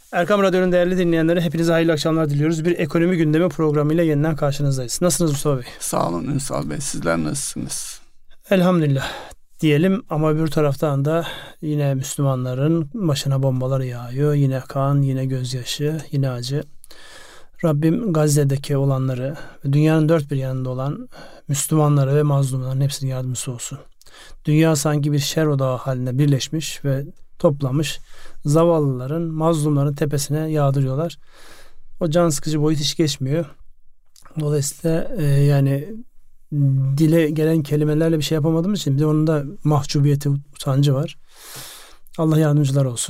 Erkam Radyo'nun değerli dinleyenleri, hepinize hayırlı akşamlar diliyoruz. Bir ekonomi gündemi programıyla yeniden karşınızdayız. Nasılsınız Mustafa Bey? Sağ olun Ünsal Bey. Sizler nasılsınız? Elhamdülillah diyelim ama bir taraftan da yine Müslümanların başına bombalar yağıyor. Yine kan, yine gözyaşı, yine acı. Rabbim Gazze'deki olanları, dünyanın dört bir yanında olan Müslümanlara ve mazlumların hepsinin yardımcısı olsun. Dünya sanki bir şer odağı haline birleşmiş ve toplamış, zavallıların, mazlumların tepesine yağdırıyorlar. O can sıkıcı boyut hiç geçmiyor. Dolayısıyla yani dile gelen kelimelerle bir şey yapamadığımız için bir de onun da mahcubiyeti, utancı var. Allah yardımcılar olsun.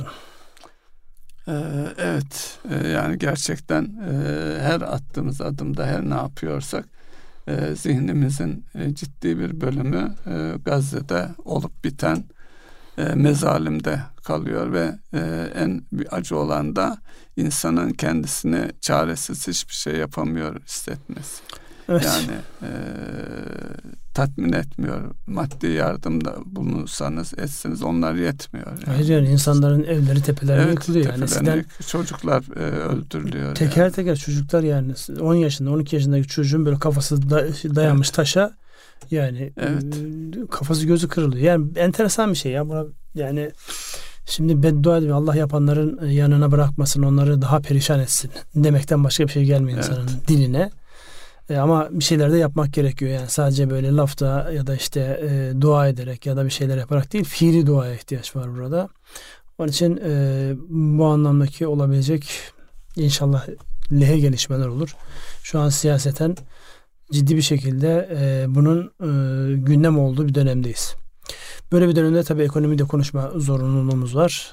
Evet, yani gerçekten her attığımız adımda, her ne yapıyorsak zihnimizin ciddi bir bölümü Gazze'de olup biten mezalimde kalıyor ve en acı olan da insanın kendisini çaresiz, hiçbir şey yapamıyor hissetmesi. Evet. Yani tatmin etmiyor. Maddi yardımda bulunursanız etseniz onlar yetmiyor. Yani. Hayır, yani insanların evleri, tepeleri yıkılıyor. Yani çocuklar öldürülüyor. Teker teker çocuklar, yani 10 yaşında 12 yaşındaki çocuğun böyle kafası dayanmış taşa, yani kafası gözü kırılıyor. Yani enteresan bir şey ya. Yani şimdi beddua ediyor, Allah yapanların yanına bırakmasın, onları daha perişan etsin demekten başka bir şey gelmiyor insanın diline. Ama bir şeyler de yapmak gerekiyor. Yani sadece böyle lafta ya da işte dua ederek ya da bir şeyler yaparak değil, fiili duaya ihtiyaç var burada. Onun için bu anlamdaki olabilecek inşallah lehe gelişmeler olur. Şu an siyaseten ciddi bir şekilde bunun gündem olduğu bir dönemdeyiz. Böyle bir dönemde tabii ekonomide konuşma zorunluluğumuz var.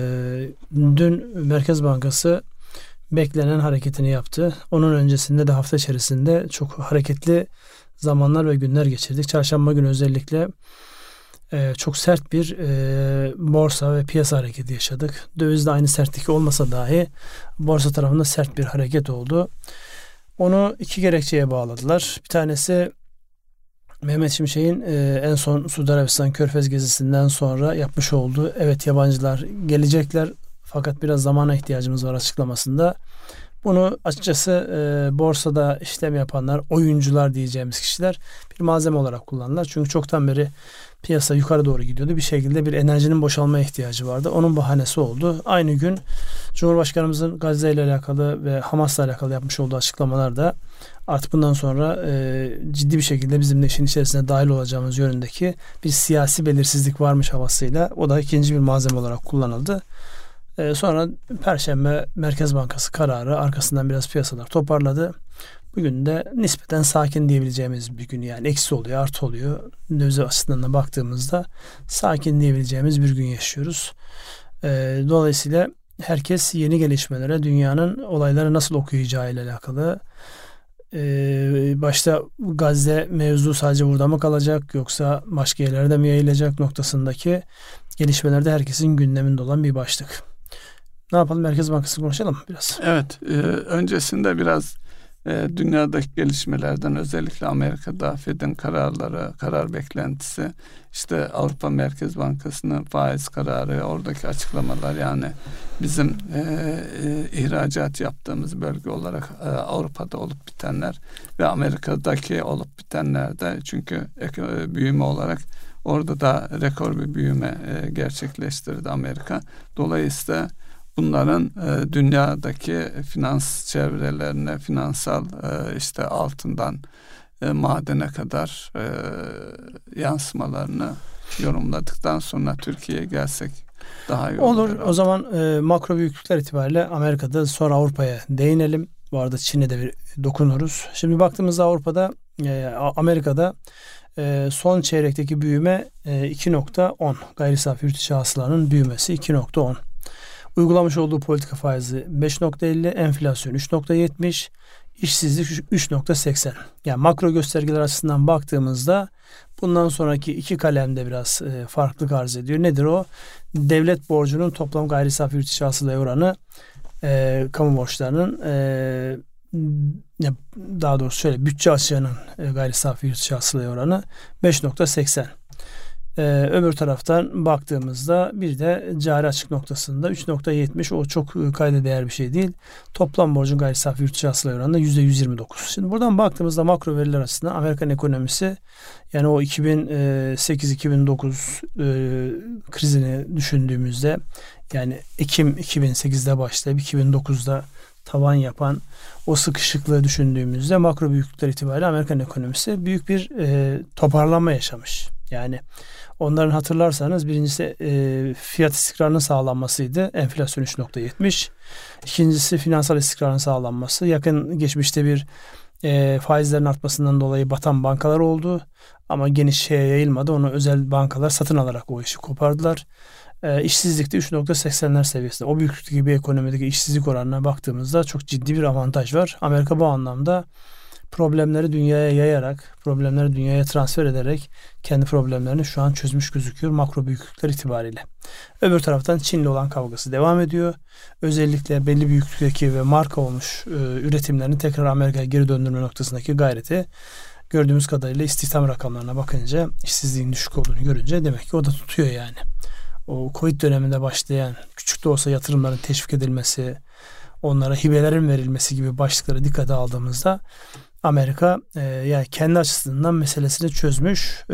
Dün Merkez Bankası beklenen hareketini yaptı. Onun öncesinde de hafta içerisinde çok hareketli zamanlar ve günler geçirdik. Çarşamba günü özellikle çok sert bir borsa ve piyasa hareketi yaşadık. Dövizde aynı sertlik olmasa dahi borsa tarafında sert bir hareket oldu. Onu iki gerekçeye bağladılar. Bir tanesi Mehmet Şimşek'in en son Suudi Arabistan Körfez gezisinden sonra yapmış olduğu, evet yabancılar gelecekler fakat biraz zamana ihtiyacımız var açıklamasında. Bunu açıkçası borsada işlem yapanlar, oyuncular diyeceğimiz kişiler bir malzeme olarak kullandılar. Çünkü çoktan beri piyasa yukarı doğru gidiyordu. Bir şekilde bir enerjinin boşalmaya ihtiyacı vardı. Onun bahanesi oldu. Aynı gün Cumhurbaşkanımızın Gazze ile alakalı ve Hamas'la alakalı yapmış olduğu açıklamalarda artık bundan sonra ciddi bir şekilde bizim de işin içerisine dahil olacağımız yönündeki bir siyasi belirsizlik varmış havasıyla o da ikinci bir malzeme olarak kullanıldı. Sonra Perşembe Merkez Bankası kararı, arkasından biraz piyasalar toparladı. Bugün de nispeten sakin diyebileceğimiz bir gün, yani eksi oluyor, artı oluyor. Döviz açısından da baktığımızda sakin diyebileceğimiz bir gün yaşıyoruz. Dolayısıyla herkes yeni gelişmelere, dünyanın olayları nasıl okuyacağı ile alakalı. Başta Gazze mevzu sadece burada mı kalacak yoksa başka yerlerde mi yayılacak noktasındaki gelişmelerde herkesin gündeminde olan bir başlık. Ne yapalım? Merkez Bankası konuşalım biraz. Evet. Öncesinde biraz dünyadaki gelişmelerden, özellikle Amerika'da Fed'in kararları, karar beklentisi, işte Avrupa Merkez Bankası'nın faiz kararı, oradaki açıklamalar, yani bizim ihracat yaptığımız bölge olarak Avrupa'da olup bitenler ve Amerika'daki olup bitenlerde, çünkü büyüme olarak orada da rekor bir büyüme gerçekleştirdi Amerika. Dolayısıyla bunların dünyadaki finans çevrelerine, finansal işte altından madene kadar yansımalarını yorumladıktan sonra Türkiye'ye gelsek daha iyi olur. Olur. O zaman makro büyüklükler itibariyle Amerika'da, sonra Avrupa'ya değinelim. Bu arada Çin'e de bir dokunuruz. Şimdi baktığımızda Avrupa'da, Amerika'da son çeyrekteki büyüme 2.10. Gayri safi yurt içi hasılanın büyümesi 2.10. Uygulamış olduğu politika faizi 5.50, enflasyon 3.70, işsizlik 3.80. Yani makro göstergeler açısından baktığımızda bundan sonraki iki kalemde biraz farklılık arz ediyor. Nedir o? Devlet borcunun toplam gayri safi yurt içi hasılaya oranı, kamu borçlarının daha doğrusu şöyle, bütçe açığının gayri safi yurt içi hasılaya oranı 5.80. Öbür taraftan baktığımızda bir de cari açık noktasında 3.70, o çok kayda değer bir şey değil. Toplam borcun gayri safi yurt içi hasılaya oranında %129. Şimdi buradan baktığımızda makro veriler açısından Amerikan ekonomisi, yani o 2008-2009 krizini düşündüğümüzde, yani Ekim 2008'de başlayıp 2009'da tavan yapan o sıkışıklığı düşündüğümüzde makro büyüklükler itibariyle Amerikan ekonomisi büyük bir toparlanma yaşamış. Yani onların hatırlarsanız birincisi fiyat istikrarının sağlanmasıydı. Enflasyon 3.70. İkincisi finansal istikrarın sağlanması. Yakın geçmişte bir faizlerin artmasından dolayı batan bankalar oldu. Ama geniş şeye yayılmadı. Onu özel bankalar satın alarak o işi kopardılar. İşsizlikte 3.80'ler seviyesinde. O büyüklükteki bir ekonomideki işsizlik oranına baktığımızda çok ciddi bir avantaj var. Amerika bu anlamda problemleri dünyaya yayarak, problemleri dünyaya transfer ederek kendi problemlerini şu an çözmüş gözüküyor makro büyüklükler itibariyle. Öbür taraftan Çin'le olan kavgası devam ediyor. Özellikle belli büyüklükteki ve marka olmuş üretimlerini tekrar Amerika'ya geri döndürme noktasındaki gayreti, gördüğümüz kadarıyla istihdam rakamlarına bakınca, işsizliğin düşük olduğunu görünce demek ki o da tutuyor yani. O Covid döneminde başlayan küçük de olsa yatırımların teşvik edilmesi, onlara hibelerin verilmesi gibi başlıkları dikkate aldığımızda Amerika yani kendi açısından meselesini çözmüş.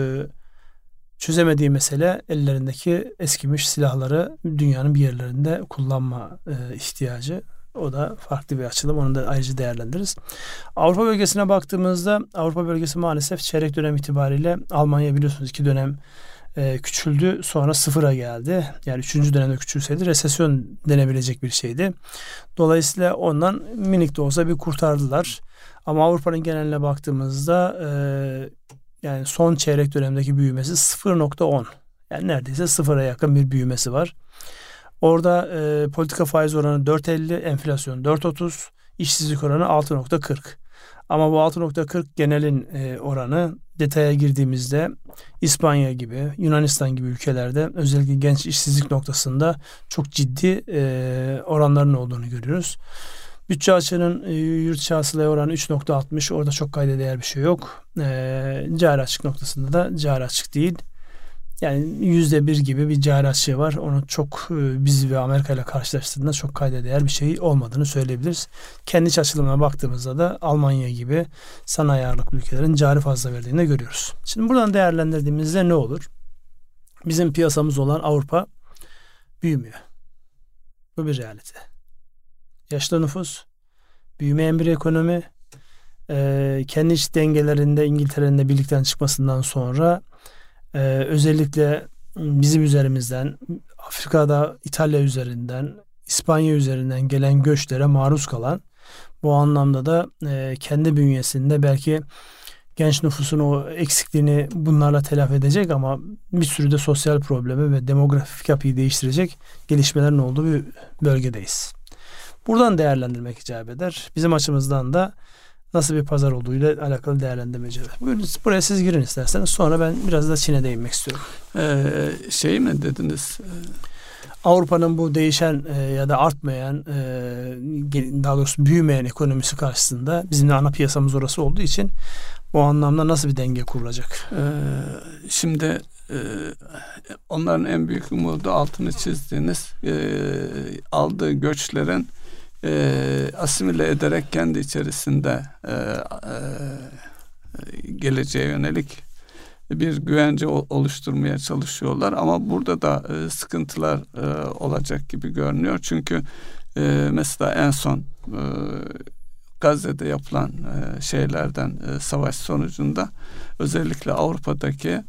Çözemediği mesele ellerindeki eskimiş silahları dünyanın bir yerlerinde kullanma ihtiyacı. O da farklı bir açılım. Onu da ayrıca değerlendiririz. Avrupa bölgesine baktığımızda Avrupa bölgesi maalesef çeyrek dönem itibariyle Almanya biliyorsunuz 2 dönem küçüldü. Sonra sıfıra geldi. Yani 3. dönemde küçülseydi resesyon denebilecek bir şeydi. Dolayısıyla ondan minik de olsa bir kurtardılar. Ama Avrupa'nın geneline baktığımızda yani son çeyrek dönemdeki büyümesi 0.10. Yani neredeyse sıfıra yakın bir büyümesi var. Orada politika faiz oranı 4.50, enflasyon 4.30, işsizlik oranı 6.40. Ama bu 6.40 genelin oranı. Detaya girdiğimizde İspanya gibi, Yunanistan gibi ülkelerde özellikle genç işsizlik noktasında çok ciddi oranların olduğunu görüyoruz. Bütçe açığının yurt içi hasılaya oranı 3.60. Orada çok kayda değer bir şey yok. Cari açık noktasında da cari açık değil. Yani %1 gibi bir cari açığı var. Onu çok biz ve Amerika ile karşılaştırdığında çok kayda değer bir şey olmadığını söyleyebiliriz. Kendi iç açılımına baktığımızda da Almanya gibi sanayi ağırlıklı ülkelerin cari fazla verdiğini de görüyoruz. Şimdi buradan değerlendirdiğimizde ne olur? Bizim piyasamız olan Avrupa büyümüyor. Bu bir realite. Yaşlı nüfus, büyümeyen bir ekonomi, kendi iç dengelerinde İngiltere'nin de birlikten çıkmasından sonra özellikle bizim üzerimizden, Afrika'da İtalya üzerinden, İspanya üzerinden gelen göçlere maruz kalan, bu anlamda da kendi bünyesinde belki genç nüfusun o eksikliğini bunlarla telafi edecek ama bir sürü de sosyal problemi ve demografik yapıyı değiştirecek gelişmelerin olduğu bir bölgedeyiz. Buradan değerlendirmek icap eder. Bizim açımızdan da nasıl bir pazar olduğuyla alakalı değerlendirmeyeceğiz. Buyurun, buraya siz girin isterseniz. Sonra ben biraz da Çin'e değinmek istiyorum. Şey mi dediniz? Avrupa'nın bu değişen ya da artmayan, daha doğrusu büyümeyen ekonomisi karşısında bizim de ana piyasamız orası olduğu için bu anlamda nasıl bir denge kurulacak? Şimdi onların en büyük umudu, altını çizdiğiniz, aldığı göçlerin asimile ederek kendi içerisinde geleceğe yönelik bir güvence oluşturmaya çalışıyorlar. Ama burada da sıkıntılar olacak gibi görünüyor. Çünkü mesela en son Gazze'de yapılan şeylerden, savaş sonucunda özellikle Avrupa'daki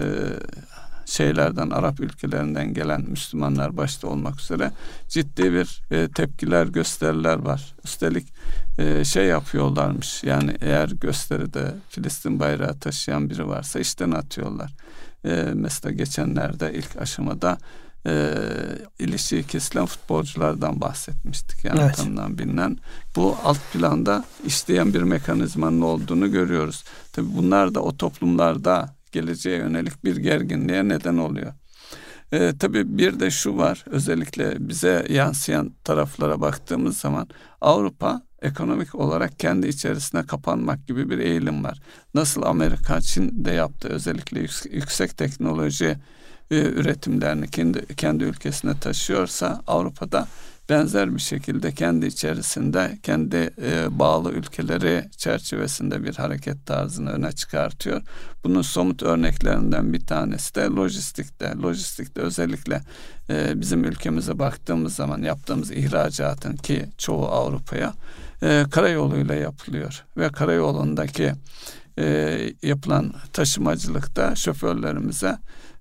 Arap ülkelerinden gelen Müslümanlar başta olmak üzere ciddi bir tepkiler, gösteriler var. Üstelik yapıyorlarmış. Yani eğer gösteride Filistin bayrağı taşıyan biri varsa işten atıyorlar. Mesela geçenlerde ilk aşamada ilişiği kesilen futbolculardan bahsetmiştik. Yani evet, tanınan bilinen. Bu alt planda işleyen bir mekanizmanın olduğunu görüyoruz. Tabii bunlar da o toplumlarda geleceğe yönelik bir gerginliğe neden oluyor. Tabii bir de şu var, özellikle bize yansıyan taraflara baktığımız zaman Avrupa ekonomik olarak kendi içerisine kapanmak gibi bir eğilim var. Nasıl Amerika, Çin'de yaptığı özellikle yüksek teknoloji üretimlerini kendi ülkesine taşıyorsa, Avrupa'da benzer bir şekilde kendi içerisinde kendi bağlı ülkeleri çerçevesinde bir hareket tarzını öne çıkartıyor. Bunun somut örneklerinden bir tanesi de lojistikte. Lojistikte özellikle bizim ülkemize baktığımız zaman yaptığımız ihracatın, ki çoğu Avrupa'ya, karayoluyla yapılıyor ve karayolundaki yapılan taşımacılıkta şoförlerimize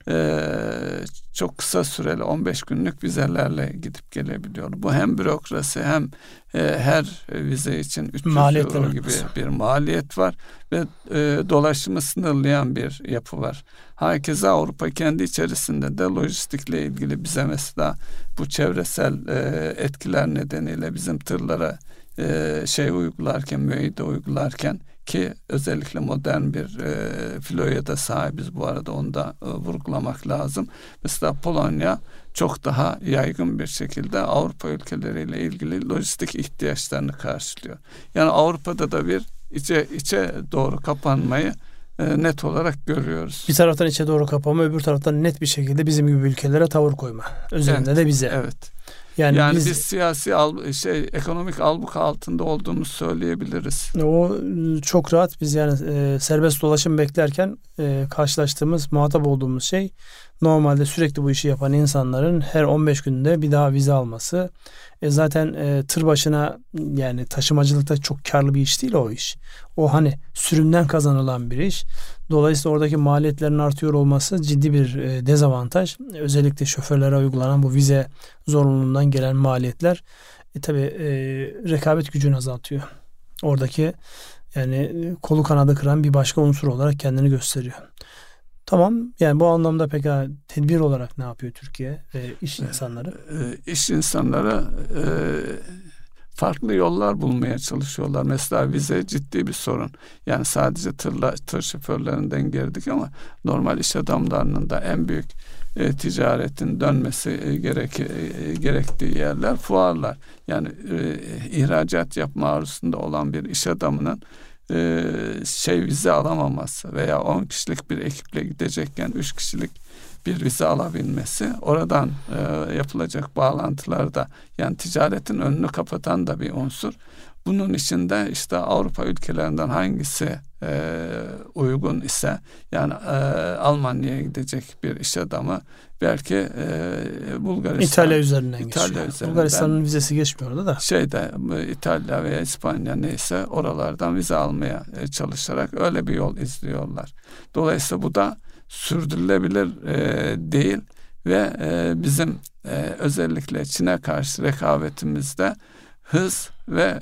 çok kısa süreli 15 günlük vizelerle gidip gelebiliyor. Bu hem bürokrasi hem her vize için 300 euro gibi bir maliyet var ve dolaşımı sınırlayan bir yapı var. Herkese Avrupa kendi içerisinde de lojistikle ilgili bize mesela bu çevresel etkiler nedeniyle bizim tırlara uygularken, müeyyide uygularken, ki özellikle modern bir filoya da sahibiz bu arada, onu da vurgulamak lazım. Mesela Polonya çok daha yaygın bir şekilde Avrupa ülkeleriyle ilgili lojistik ihtiyaçlarını karşılıyor. Yani Avrupa'da da bir içe doğru kapanmayı net olarak görüyoruz. Bir taraftan içe doğru kapanma, öbür taraftan net bir şekilde bizim gibi ülkelere tavır koyma. Özellikle de bize. Evet. Yani biz siyasi ekonomik albuka altında olduğumuzu söyleyebiliriz. O çok rahat. Biz yani serbest dolaşım beklerken karşılaştığımız, muhatap olduğumuz şey, normalde sürekli bu işi yapan insanların her 15 günde bir daha vize alması. Zaten tır başına, yani taşımacılıkta çok karlı bir iş değil o iş. O hani sürümden kazanılan bir iş. Dolayısıyla oradaki maliyetlerin artıyor olması ciddi bir dezavantaj. Özellikle şoförlere uygulanan bu vize zorunluluğundan gelen maliyetler tabii rekabet gücünü azaltıyor. Oradaki yani kolu kanadı kıran bir başka unsur olarak kendini gösteriyor. Tamam, yani bu anlamda peki tedbir olarak ne yapıyor Türkiye iş insanları? İş insanları farklı yollar bulmaya çalışıyorlar. Mesela vize ciddi bir sorun. Yani sadece tır şoförlerinden girdik ama normal iş adamlarının da en büyük ticaretin dönmesi gerektiği yerler fuarlar. Yani ihracat yapma arzusunda olan bir iş adamının vize alamaması veya 10 kişilik bir ekiple gidecekken 3 kişilik bir vize alabilmesi, oradan yapılacak bağlantılarda, yani ticaretin önünü kapatan da bir unsur. Bunun içinde işte Avrupa ülkelerinden hangisi uygun ise, yani Almanya'ya gidecek bir iş adamı belki İtalya üzerinden geçiyor. Bulgaristan'ın vizesi geçmiyor orada da. İtalya veya İspanya neyse oralardan vize almaya çalışarak öyle bir yol izliyorlar. Dolayısıyla bu da sürdürülebilir değil ve bizim özellikle Çin'e karşı rekabetimizde hız ve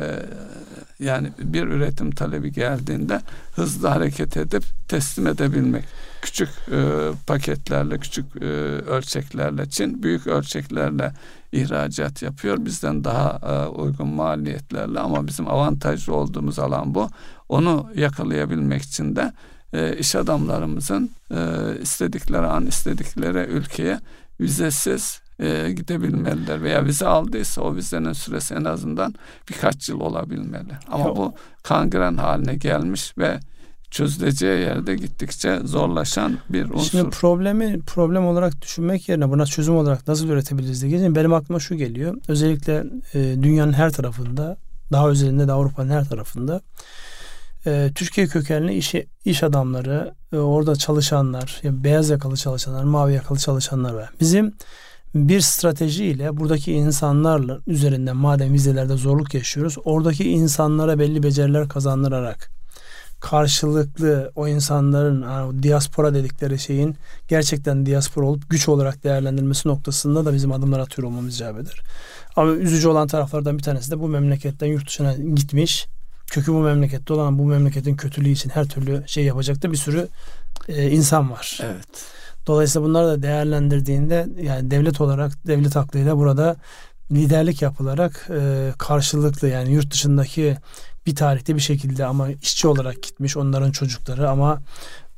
yani bir üretim talebi geldiğinde hızlı hareket edip teslim edebilmek. Küçük paketlerle, küçük ölçeklerle, Çin büyük ölçeklerle ihracat yapıyor. Bizden daha uygun maliyetlerle, ama bizim avantajlı olduğumuz alan bu. Onu yakalayabilmek için de iş adamlarımızın istedikleri an istedikleri ülkeye vizesiz gidebilmeliler veya vize aldıysa o vizenin süresi en azından birkaç yıl olabilmeli. Ama bu kangren haline gelmiş ve çözüleceği yerde gittikçe zorlaşan bir unsur. Şimdi problem olarak düşünmek yerine buna çözüm olarak nasıl üretebiliriz diye benim aklıma şu geliyor. Özellikle dünyanın her tarafında, daha özelinde de Avrupa'nın her tarafında Türkiye kökenli iş adamları, orada çalışanlar, yani beyaz yakalı çalışanlar, mavi yakalı çalışanlar var. Bizim bir stratejiyle buradaki insanlarla üzerinden, madem vizelerde zorluk yaşıyoruz, oradaki insanlara belli beceriler kazandırarak karşılıklı o insanların o diaspora dedikleri şeyin gerçekten diaspora olup güç olarak değerlendirilmesi noktasında da bizim adımlar atıyor olmamız icap eder. Ama üzücü olan taraflardan bir tanesi de bu memleketten yurt dışına gitmiş, kökü bu memlekette olan, bu memleketin kötülüğü için her türlü şey yapacak da bir sürü insan var. Evet. Dolayısıyla bunları da değerlendirdiğinde, yani devlet olarak, devlet aklıyla burada liderlik yapılarak karşılıklı, yani yurt dışındaki bir tarihte bir şekilde ama işçi olarak gitmiş onların çocukları, ama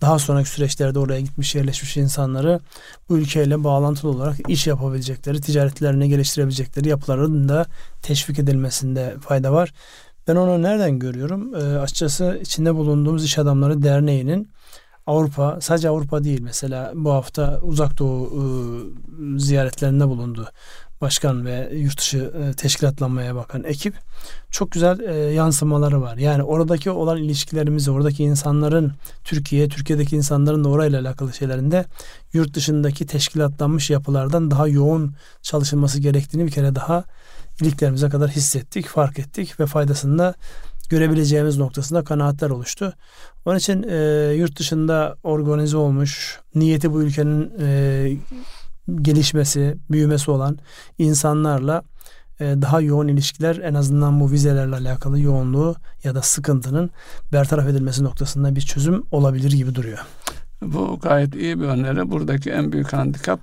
daha sonraki süreçlerde oraya gitmiş, yerleşmiş insanları bu ülkeyle bağlantılı olarak iş yapabilecekleri, ticaretlerini geliştirebilecekleri yapıların da teşvik edilmesinde fayda var. Ben onu nereden görüyorum? Açıkçası içinde bulunduğumuz İş Adamları Derneği'nin Avrupa, sadece Avrupa değil, mesela bu hafta Uzak Doğu ziyaretlerinde bulundu başkan ve yurt dışı teşkilatlanmaya bakan ekip. Çok güzel yansımaları var. Yani oradaki olan ilişkilerimizi, oradaki insanların Türkiye'deki insanların da orayla alakalı şeylerinde yurt dışındaki teşkilatlanmış yapılardan daha yoğun çalışılması gerektiğini bir kere daha iliklerimize kadar hissettik, fark ettik ve faydasını da görebileceğimiz noktasında kanaatler oluştu. Onun için yurt dışında organize olmuş, niyeti bu ülkenin gelişmesi, büyümesi olan insanlarla daha yoğun ilişkiler, en azından bu vizelerle alakalı yoğunluğu ya da sıkıntının bertaraf edilmesi noktasında bir çözüm olabilir gibi duruyor. Bu gayet iyi bir öneri. Buradaki en büyük handikap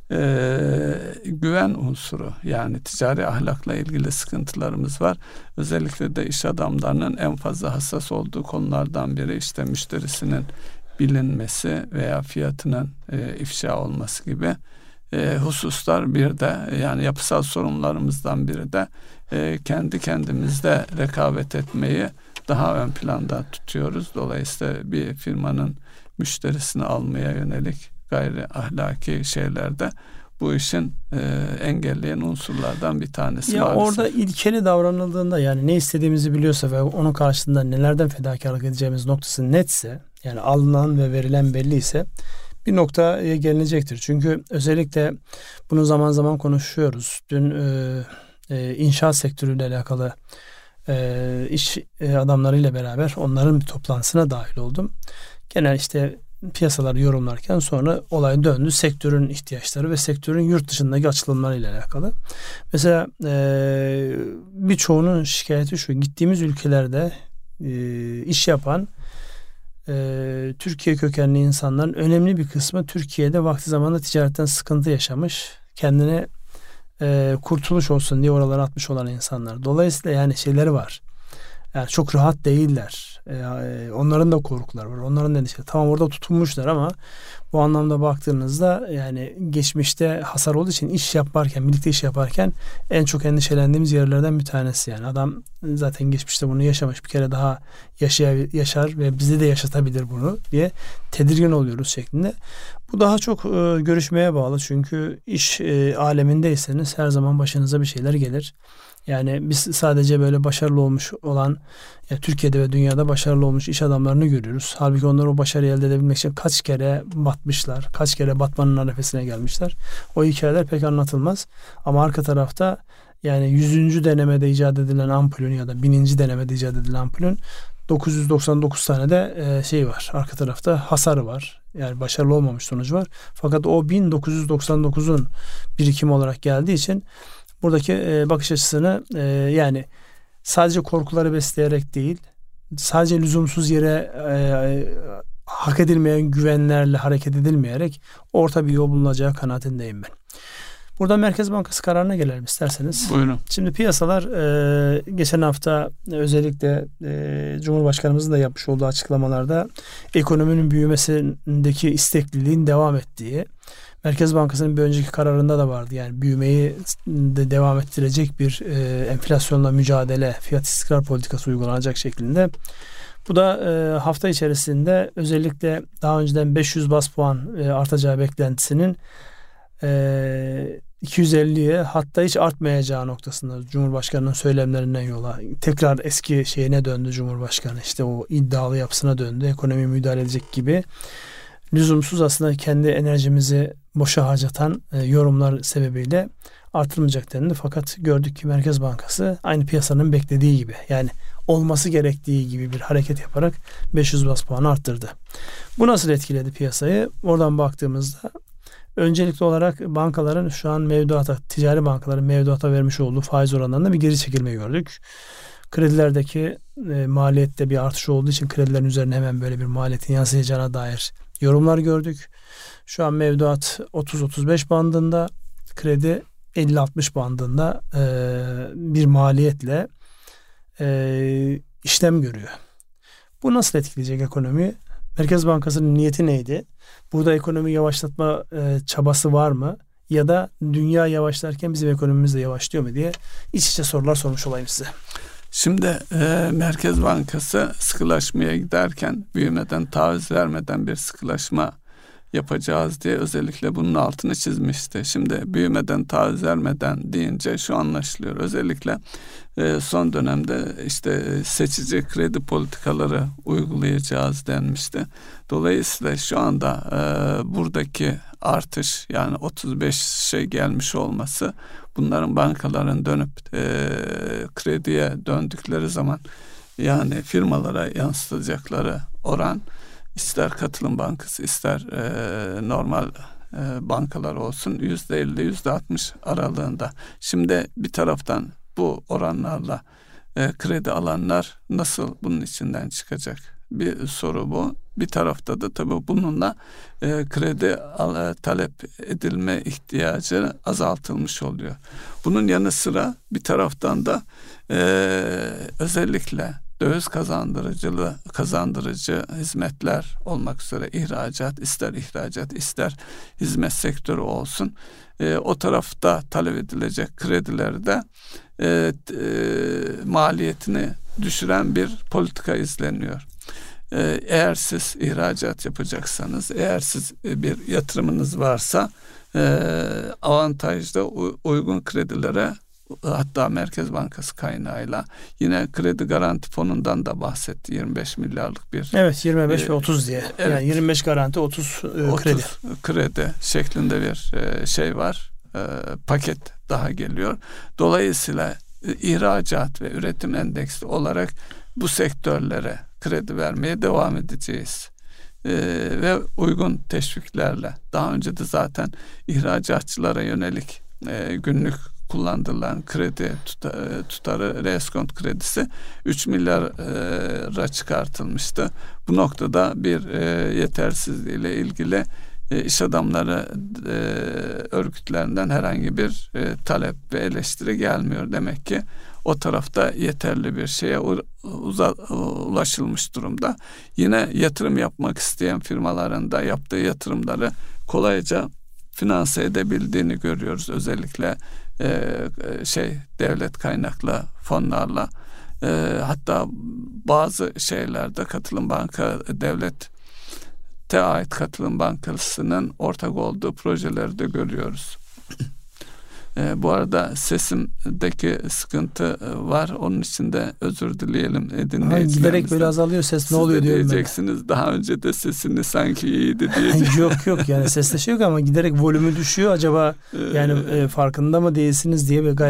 güven unsuru. Yani ticari ahlakla ilgili sıkıntılarımız var. Özellikle de iş adamlarının en fazla hassas olduğu konulardan biri işte müşterisinin bilinmesi veya fiyatının ifşa olması gibi hususlar. Bir de yani yapısal sorunlarımızdan biri de kendi kendimizde rekabet etmeyi daha ön planda tutuyoruz. Dolayısıyla bir firmanın müşterisini almaya yönelik gayri ahlaki şeylerde bu işin engelleyen unsurlardan bir tanesi. Ya maalesef. orada ilkeli davranıldığında, yani ne istediğimizi biliyorsa ve onun karşılığında nelerden fedakarlık edeceğimiz noktası netse, yani alınan ve verilen belli ise bir noktaya gelinecektir. Çünkü özellikle bunu zaman zaman konuşuyoruz. Dün inşaat sektörüyle alakalı iş adamlarıyla beraber onların bir toplantısına dahil oldum. Genel işte piyasaları yorumlarken sonra olay döndü sektörün ihtiyaçları ve sektörün yurt dışındaki açılımlarıyla alakalı. Mesela birçoğunun şikayeti şu: gittiğimiz ülkelerde iş yapan Türkiye kökenli insanların önemli bir kısmı Türkiye'de vakti zamanında ticaretten sıkıntı yaşamış, kendine kurtuluş olsun diye oralara atmış olan insanlar. Dolayısıyla yani şeyleri var. Yani çok rahat değiller. Onların da korkuları var. Onların da endişeleri. Tamam, orada tutunmuşlar ama bu anlamda baktığınızda yani geçmişte hasar olduğu için iş yaparken, birlikte iş yaparken en çok endişelendiğimiz yerlerden bir tanesi. Yani adam zaten geçmişte bunu yaşamış, bir kere daha yaşar ve bizi de yaşatabilir bunu diye tedirgin oluyoruz şeklinde. Bu daha çok görüşmeye bağlı. Çünkü iş alemindeyseniz her zaman başınıza bir şeyler gelir. Yani biz sadece böyle başarılı olmuş olan, ya Türkiye'de ve dünyada başarılı olmuş iş adamlarını görüyoruz. Halbuki onlar o başarıyı elde edebilmek için kaç kere batmışlar, kaç kere batmanın arefesine gelmişler. O hikayeler pek anlatılmaz. Ama arka tarafta yani 100. denemede icat edilen ampulün ya da 1000. denemede icat edilen ampulün 999 tane de şey var. Arka tarafta hasarı var. Yani başarılı olmamış sonucu var. Fakat o 1999'un birikimi olarak geldiği için buradaki bakış açısını yani sadece korkuları besleyerek değil, sadece lüzumsuz yere hak edilmeyen güvenlerle hareket edilmeyerek orta bir yol bulunacağı kanaatindeyim ben. Burada Merkez Bankası kararına gelelim isterseniz. Buyurun. Şimdi piyasalar geçen hafta özellikle Cumhurbaşkanımızın da yapmış olduğu açıklamalarda ekonominin büyümesindeki istekliliğin devam ettiği, Merkez Bankası'nın bir önceki kararında da vardı. Yani büyümeyi de devam ettirecek bir enflasyonla mücadele, fiyat istikrar politikası uygulanacak şeklinde. Bu da hafta içerisinde özellikle daha önceden 500 bas puan artacağı beklentisinin 250'ye hatta hiç artmayacağı noktasında Cumhurbaşkanı'nın söylemlerinden yola tekrar eski şeyine döndü Cumhurbaşkanı. İşte o iddialı yapısına döndü. Ekonomiye müdahale edecek gibi lüzumsuz aslında kendi enerjimizi boşa harcatan yorumlar sebebiyle artırılmayacak dendi. Fakat gördük ki Merkez Bankası aynı piyasanın beklediği gibi, yani olması gerektiği gibi bir hareket yaparak 500 bas puanı arttırdı. Bu nasıl etkiledi piyasayı? Oradan baktığımızda öncelikli olarak bankaların şu an mevduata, ticari bankaların mevduata vermiş olduğu faiz oranlarında bir geri çekilme gördük. Kredilerdeki maliyette bir artış olduğu için kredilerin üzerine hemen böyle bir maliyetin yansıyacağına dair yorumlar gördük. Şu an mevduat 30-35 bandında, kredi 50-60 bandında bir maliyetle işlem görüyor. Bu nasıl etkileyecek ekonomiyi? Merkez Bankası'nın niyeti neydi? Burada ekonomi yavaşlatma çabası var mı? Ya da dünya yavaşlarken bizim ekonomimiz de yavaşlıyor mu diye iç içe sorular sormuş olayım size. Şimdi Merkez Bankası sıkılaşmaya giderken büyümeden taviz vermeden bir sıkılaşma yapacağız diye özellikle bunun altını çizmişti. Şimdi büyümeden taviz vermeden deyince şu anlaşılıyor. Özellikle son dönemde işte seçici kredi politikaları uygulayacağız denmişti. Dolayısıyla şu anda buradaki artış, yani 35'e gelmiş olması, bunların bankaların dönüp krediye döndükleri zaman yani firmalara yansıtacakları oran, ister katılım bankası ister normal bankalar olsun, %50 %60 aralığında. Şimdi bir taraftan bu oranlarla kredi alanlar nasıl bunun içinden çıkacak? Bir soru bu. Bir tarafta da tabii bununla kredi talep edilme ihtiyacı azaltılmış oluyor. Bunun yanı sıra bir taraftan da özellikle döviz kazandırıcı hizmetler olmak üzere ihracat ister hizmet sektörü olsun, o tarafta talep edilecek kredileri maliyetini düşüren bir politika izleniyor. Eğer siz ihracat yapacaksanız, eğer siz bir yatırımınız varsa avantajlı uygun kredilere, hatta Merkez Bankası kaynağıyla yine kredi garanti fonundan da bahsetti. 25 milyarlık bir. Evet, 25 ve 30 diye. Evet. Yani 25 garanti 30 kredi. Kredi şeklinde bir şey var. Paket daha geliyor. Dolayısıyla ihracat ve üretim endeksli olarak bu sektörlere kredi vermeye devam edeceğiz. Ve uygun teşviklerle. Daha önce de zaten ihracatçılara yönelik günlük kullandırılan kredi tutarı, reskont kredisi 3 milyara çıkartılmıştı. Bu noktada bir yetersizliğiyle ilgili iş adamları örgütlerinden herhangi bir talep ve eleştiri gelmiyor. Demek ki o tarafta yeterli bir şeye ulaşılmış durumda. Yine yatırım yapmak isteyen firmaların da yaptığı yatırımları kolayca finanse edebildiğini görüyoruz. Özellikle devlet kaynaklı fonlarla, hatta bazı şeylerde katılım banka, devlete ait katılım bankasının ortak olduğu projeleri de görüyoruz. Bu arada sesimdeki sıkıntı var. Onun için de özür dileyelim dinleyicilerimizden. Giderek böyle azalıyor ses, ne oluyor diyorum ben. Diyeceksiniz daha önce de sesini sanki iyiydi diyeceksiniz. Yok yani sesle şey yok ama giderek volümü düşüyor. Acaba yani farkında mı değilsiniz diye bir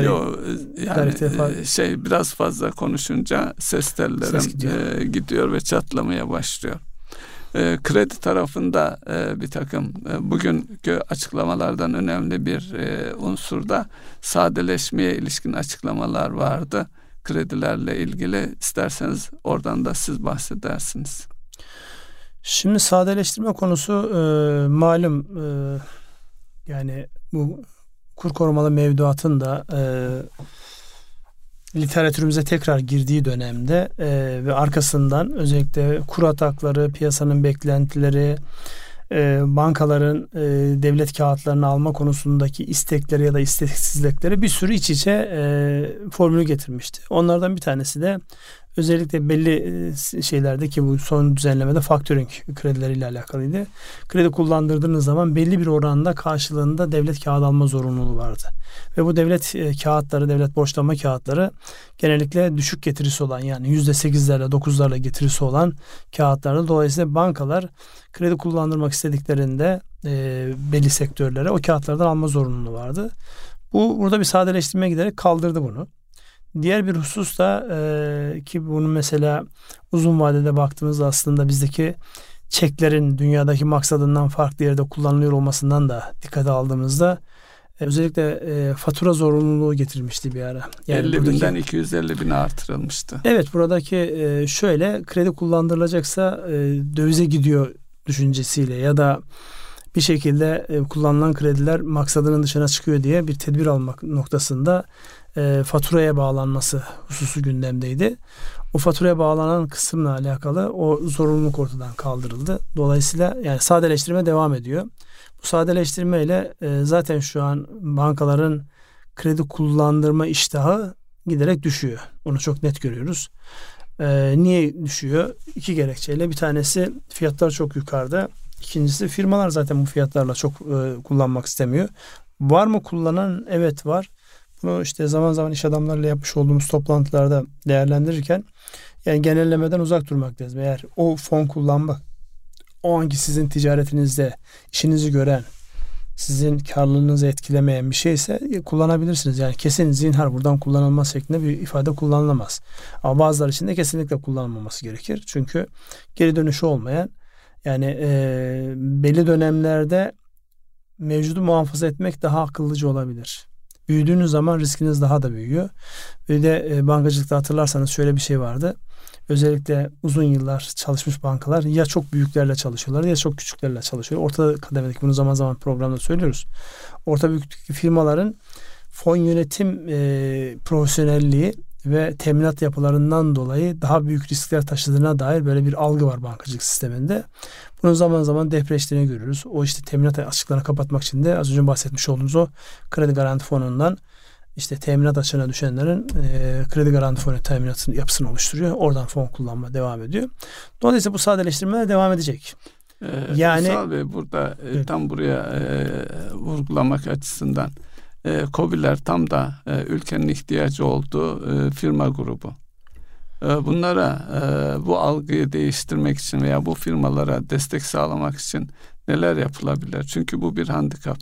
biraz fazla konuşunca ses tellerim gidiyor ve çatlamaya başlıyor. Kredi tarafında bir takım bugünkü açıklamalardan önemli bir unsurda sadeleşmeye ilişkin açıklamalar vardı. Kredilerle ilgili, isterseniz oradan da siz bahsedersiniz. Şimdi sadeleştirme konusu malum yani bu kur korumalı mevduatın da literatürümüze tekrar girdiği dönemde ve arkasından özellikle kur atakları, piyasanın beklentileri, bankaların devlet kağıtlarını alma konusundaki istekleri ya da isteksizlikleri bir sürü iç içe formülü getirmişti. Onlardan bir tanesi de özellikle belli şeylerde, ki bu son düzenlemede factoring kredileriyle alakalıydı. Kredi kullandırdığınız zaman belli bir oranda karşılığında devlet kağıt alma zorunluluğu vardı. Ve bu devlet kağıtları, devlet borçlanma kağıtları genellikle düşük getirisi olan, yani %8'lerle 9'larla getirisi olan kağıtlardı. Dolayısıyla bankalar kredi kullandırmak istediklerinde belli sektörlere o kağıtlardan alma zorunluluğu vardı. Burada bir sadeleştirme giderek kaldırdı bunu. Diğer bir husus da ki bunu mesela uzun vadede baktığımızda aslında bizdeki çeklerin dünyadaki maksadından farklı yerde kullanılıyor olmasından da dikkate aldığımızda özellikle fatura zorunluluğu getirmişti bir ara. Yani 50 binden 250 bine artırılmıştı. Evet, buradaki şöyle, kredi kullandırılacaksa dövize gidiyor düşüncesiyle ya da bir şekilde kullanılan krediler maksadının dışına çıkıyor diye bir tedbir almak noktasında faturaya bağlanması hususu gündemdeydi. O faturaya bağlanan kısımla alakalı o zorunluluk ortadan kaldırıldı. Dolayısıyla yani sadeleştirme devam ediyor. Bu sadeleştirmeyle zaten şu an bankaların kredi kullandırma iştahı giderek düşüyor. Onu çok net görüyoruz. Niye düşüyor? İki gerekçeyle. Bir tanesi fiyatlar çok yukarıda. İkincisi firmalar zaten bu fiyatlarla çok kullanmak istemiyor. Var mı kullanan? Evet var. Bunu işte zaman zaman iş adamlarıyla yapmış olduğumuz toplantılarda değerlendirirken yani genellemeden uzak durmak lazım. Eğer o fon kullanmak o anki sizin ticaretinizde işinizi gören, sizin karlılığınızı etkilemeyen bir şeyse kullanabilirsiniz. Yani kesin zinhar buradan kullanılmaz şeklinde bir ifade kullanılamaz. Ama bazıları için de kesinlikle kullanılmaması gerekir. Çünkü geri dönüşü olmayan yani belli dönemlerde mevcudu muhafaza etmek daha akıllıca olabilir. Büyüdüğünüz zaman riskiniz daha da büyüyor. Bir de bankacılıkta hatırlarsanız şöyle bir şey vardı. Özellikle uzun yıllar çalışmış bankalar ya çok büyüklerle çalışıyorlar ya çok küçüklerle çalışıyor. Orta kademedeki bunu zaman zaman programda söylüyoruz. Orta büyüklükteki firmaların fon yönetim profesyonelliği ve teminat yapılarından dolayı daha büyük riskler taşıdığına dair böyle bir algı var bankacılık sisteminde. Bunu zaman zaman depreştiğini görüyoruz. O işte teminat açıklarını kapatmak için de az önce bahsetmiş olduğumuz o kredi garanti fonundan işte teminat açığına düşenlerin kredi garanti fonu teminatın yapısını oluşturuyor. Oradan fon kullanma devam ediyor. Dolayısıyla bu sadeleştirmeler devam edecek. Yani Ünsal Bey burada evet. Tam buraya vurgulamak açısından KOBİ'ler tam da ülkenin ihtiyacı olduğu firma grubu. Bunlara bu algıyı değiştirmek için veya bu firmalara destek sağlamak için neler yapılabilir? Çünkü bu bir handikap.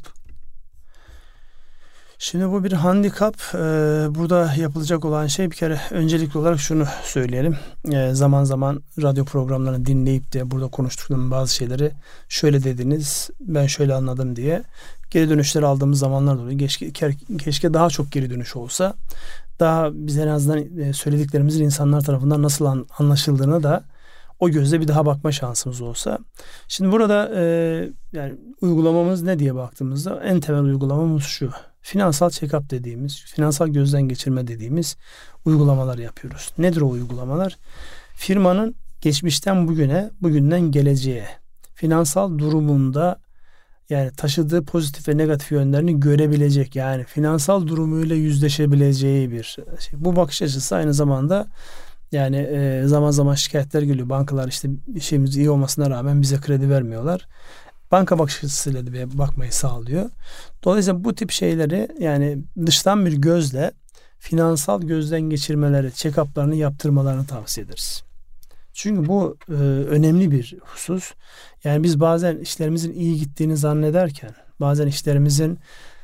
Şimdi bu bir handikap. Burada yapılacak olan şey bir kere öncelikli olarak şunu söyleyelim. Zaman zaman radyo programlarını dinleyip de burada konuştuklarım bazı şeyleri şöyle dediniz, ben şöyle anladım diye geri dönüşleri aldığımız zamanlar da oluyor. Keşke daha çok geri dönüş olsa. Daha biz en azından söylediklerimizin insanlar tarafından nasıl anlaşıldığını da o gözle bir daha bakma şansımız olsa. Şimdi burada yani uygulamamız ne diye baktığımızda en temel uygulamamız şu. Finansal check-up dediğimiz, finansal gözden geçirme dediğimiz uygulamalar yapıyoruz. Nedir o uygulamalar? Firmanın geçmişten bugüne, bugünden geleceğe finansal durumunda yani taşıdığı pozitif ve negatif yönlerini görebilecek, yani finansal durumuyla yüzleşebileceği bir şey. Bu bakış açısı aynı zamanda yani zaman zaman şikayetler geliyor. Bankalar işte işimiz iyi olmasına rağmen bize kredi vermiyorlar. Banka bakış açısıyla da bakmayı sağlıyor. Dolayısıyla bu tip şeyleri yani dıştan bir gözle finansal gözden geçirmeleri, check-up'larını yaptırmalarını tavsiye ederiz. Çünkü bu önemli bir husus. Yani biz bazen işlerimizin iyi gittiğini zannederken, bazen işlerimizin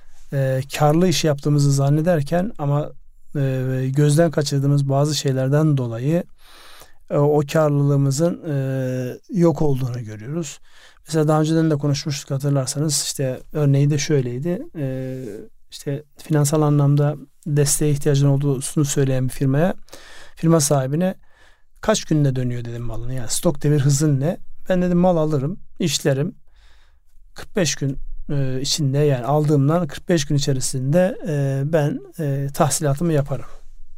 karlı iş yaptığımızı zannederken ama gözden kaçırdığımız bazı şeylerden dolayı o karlılığımızın yok olduğunu görüyoruz. Mesela daha önceden de konuşmuştuk hatırlarsanız, işte örneği de şöyleydi. İşte finansal anlamda desteğe ihtiyacın olduğunu söyleyen bir firma sahibine kaç günde dönüyor dedim malını. Yani stok devir hızın ne? Ben dedim mal alırım, işlerim. 45 gün içinde, yani aldığımdan 45 gün içerisinde ben tahsilatımı yaparım.